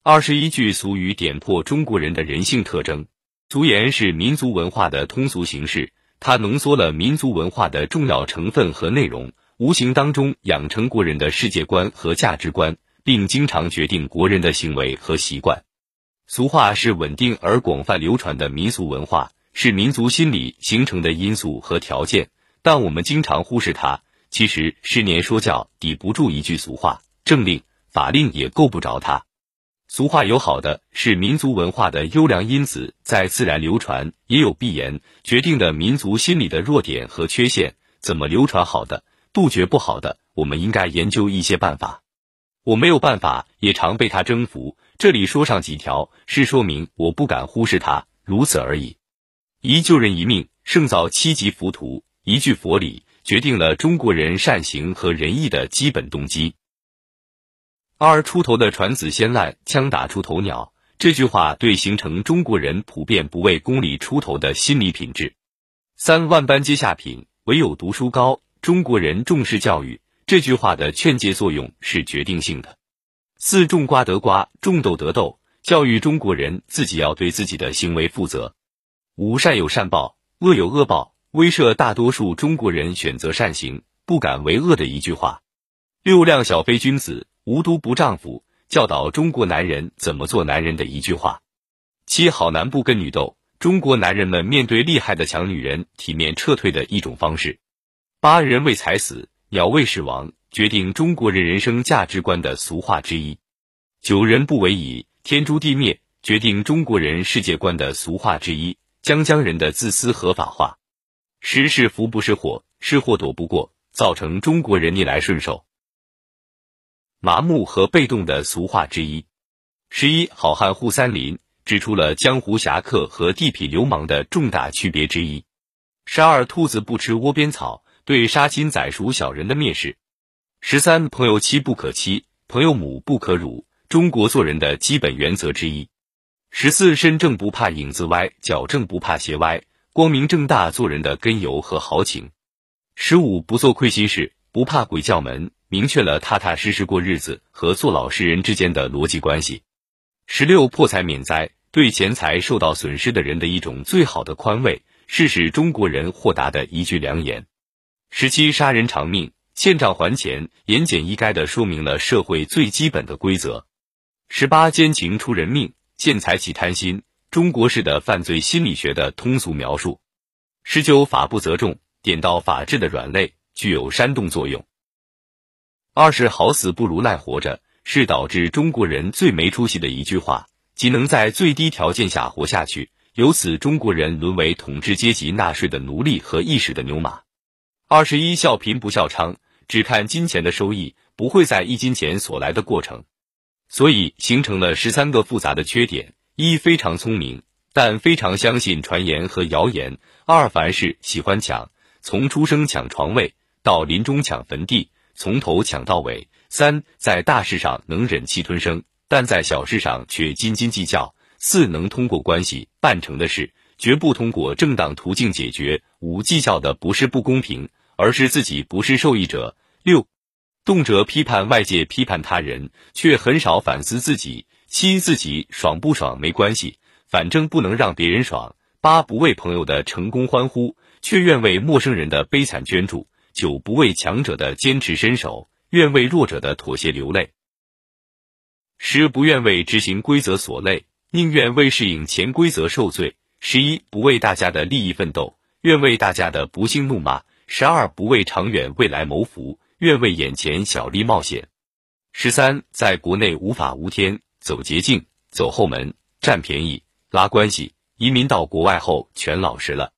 21句俗语点破中国人的人性特征。俗言是民族文化的通俗形式，它浓缩了民族文化的重要成分和内容，无形当中养成国人的世界观和价值观，并经常决定国人的行为和习惯。俗话是稳定而广泛流传的民俗文化，是民族心理形成的因素和条件，但我们经常忽视它。其实10年说教抵不住一句俗话，政令、法令也够不着它。俗话有好的，是民族文化的优良因子在自然流传，也有必然决定的民族心理的弱点和缺陷。怎么流传好的，杜绝不好的，我们应该研究一些办法。我没有办法，也常被它征服，这里说上几条，是说明我不敢忽视它，如此而已。一救人一命，胜造7级浮屠，一句佛理，决定了中国人善行和仁义的基本动机。2出头的船子先烂，枪打出头鸟，这句话对形成中国人普遍不为公理出头的心理品质。3万般皆下品，唯有读书高，中国人重视教育，这句话的劝诫作用是决定性的。4种瓜得瓜，种豆得豆，教育中国人自己要对自己的行为负责。5善有善报，恶有恶报，威慑大多数中国人选择善行，不敢为恶的一句话。6量小非君子，无毒不丈夫，教导中国男人怎么做男人的一句话。7好男不跟女斗，中国男人们面对厉害的强女人体面撤退的一种方式。8人为财死，鸟为食亡，决定中国人人生价值观的俗话之一。9人不为已，天诛地灭，决定中国人世界观的俗话之一，将人的自私合法化。10是福不是祸，是祸躲不过，造成中国人逆来顺受、麻木和被动的俗话之一。11好汉护三林，指出了江湖侠客和地痞流氓的重大区别之一。12兔子不吃窝边草，对杀亲宰熟小人的蔑视。13朋友妻不可欺，朋友母不可辱，中国做人的基本原则之一。14身正不怕影子歪，脚正不怕鞋歪，光明正大做人的根由和豪情。15不做亏心事，不怕鬼叫门，明确了踏踏实实过日子和做老实人之间的逻辑关系。16破财免灾，对钱财受到损失的人的一种最好的宽慰，是使中国人豁达的一句良言。17杀人偿命，欠账还钱，言简意赅地说明了社会最基本的规则。18奸情出人命，见财起贪心，中国式的犯罪心理学的通俗描述。19法不责众，点到法治的软肋，具有煽动作用。20好死不如赖活着，是导致中国人最没出息的一句话，即能在最低条件下活下去，由此中国人沦为统治阶级纳税的奴隶和意识的牛马。21笑贫不笑娼，只看金钱的收益，不会在意金钱所来的过程。所以形成了13个复杂的缺点。1非常聪明，但非常相信传言和谣言。2凡事喜欢抢，从出生抢床位到临终抢坟地，从头抢到尾。3在大事上能忍气吞声，但在小事上却斤斤计较。4能通过关系办成的事，绝不通过正当途径解决。5计较的不是不公平，而是自己不是受益者。6动辄批判外界批判他人，却很少反思自己。7自己爽不爽没关系，反正不能让别人爽。8不为朋友的成功欢呼，却愿为陌生人的悲惨捐助。9不为强者的坚持伸手，愿为弱者的妥协流泪。10不愿为执行规则所累，宁愿为适应潜规则受罪。11不为大家的利益奋斗，愿为大家的不幸怒骂。12不为长远未来谋福，愿为眼前小利冒险。13在国内无法无天，走捷径，走后门，占便宜，拉关系，移民到国外后全老实了。